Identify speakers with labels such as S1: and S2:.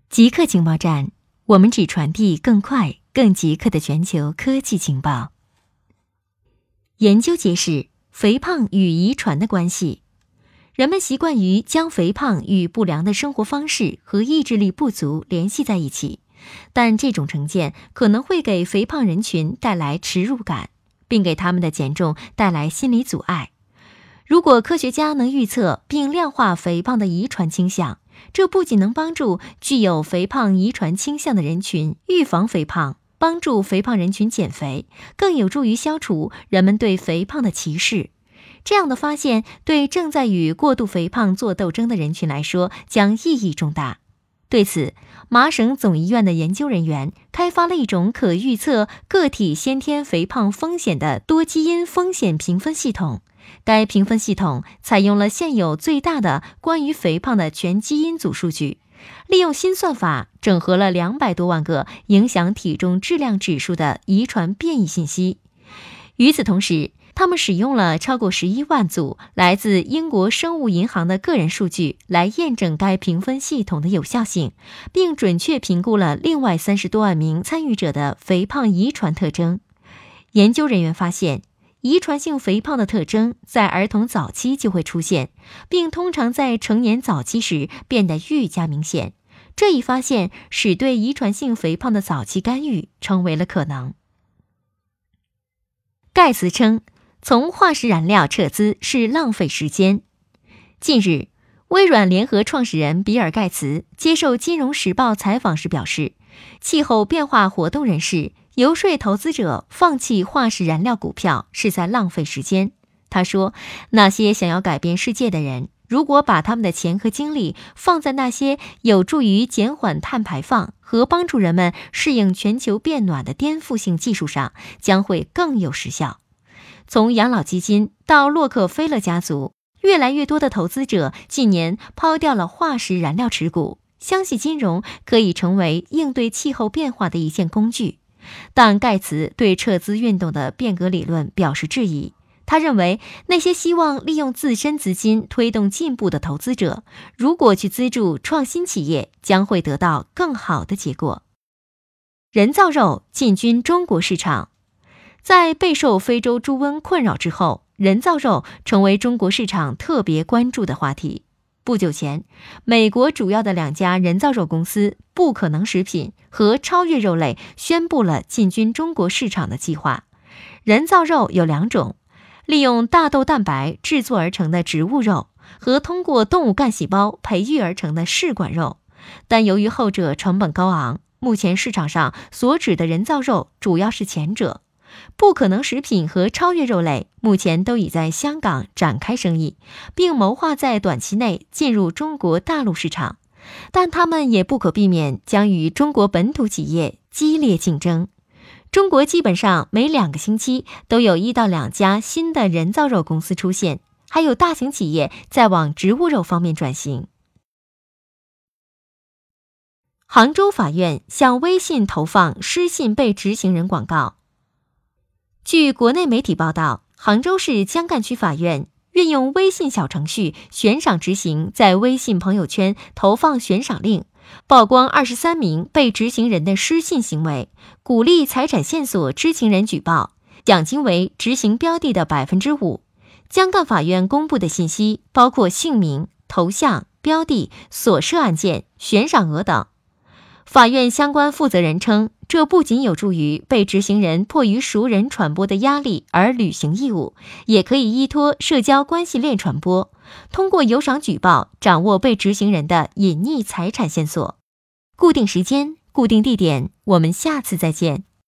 S1: 极客情报站，我们只传递更快、更极客的全球科技情报。研究揭示，肥胖与遗传的关系。人们习惯于将肥胖与不良的生活方式和意志力不足联系在一起，但这种成见可能会给肥胖人群带来耻辱感，并给他们的减重带来心理阻碍。如果科学家能预测并量化肥胖的遗传倾向，这不仅能帮助具有肥胖遗传倾向的人群预防肥胖，帮助肥胖人群减肥，更有助于消除人们对肥胖的歧视。这样的发现对正在与过度肥胖做斗争的人群来说将意义重大。对此，麻省总医院的研究人员开发了一种可预测个体先天肥胖风险的多基因风险评分系统。该评分系统采用了现有最大的关于肥胖的全基因组数据，利用新算法整合了200多万个影响体重质量指数的遗传变异信息。与此同时，他们使用了超过11万组来自英国生物银行的个人数据来验证该评分系统的有效性，并准确评估了另外30多万名参与者的肥胖遗传特征。研究人员发现，遗传性肥胖的特征在儿童早期就会出现，并通常在成年早期时变得愈加明显。这一发现使对遗传性肥胖的早期干预成为了可能。盖茨称，从化石燃料撤资是浪费时间。近日，微软联合创始人比尔·盖茨接受《金融时报》采访时表示，气候变化活动人士游说投资者放弃化石燃料股票是在浪费时间。他说，那些想要改变世界的人，如果把他们的钱和精力放在那些有助于减缓碳排放和帮助人们适应全球变暖的颠覆性技术上，将会更有实效。从养老基金到洛克菲勒家族，越来越多的投资者近年抛掉了化石燃料持股，相信金融可以成为应对气候变化的一件工具。但盖茨对撤资运动的变革理论表示质疑。他认为，那些希望利用自身资金推动进步的投资者，如果去资助创新企业，将会得到更好的结果。人造肉进军中国市场。在备受非洲猪瘟困扰之后，人造肉成为中国市场特别关注的话题。不久前，美国主要的2家人造肉公司不可能食品和超越肉类宣布了进军中国市场的计划。人造肉有2种，利用大豆蛋白制作而成的植物肉和通过动物干细胞培育而成的试管肉，但由于后者成本高昂，目前市场上所指的人造肉主要是前者。不可能食品和超越肉类目前都已在香港展开生意，并谋划在短期内进入中国大陆市场，但他们也不可避免将与中国本土企业激烈竞争。中国基本上每2个星期都有1到2家新的人造肉公司出现，还有大型企业在往植物肉方面转型。杭州法院向微信投放失信被执行人广告。据国内媒体报道，杭州市江干区法院运用微信小程序悬赏执行在微信朋友圈投放悬赏令，曝光23名被执行人的失信行为，鼓励财产线索知情人举报，奖金为执行标的的 5%。 江干法院公布的信息包括姓名、头像、标的、所涉案件、悬赏额等。法院相关负责人称，这不仅有助于被执行人迫于熟人传播的压力而履行义务，也可以依托社交关系链传播，通过有赏举报掌握被执行人的隐匿财产线索。固定时间，固定地点，我们下次再见。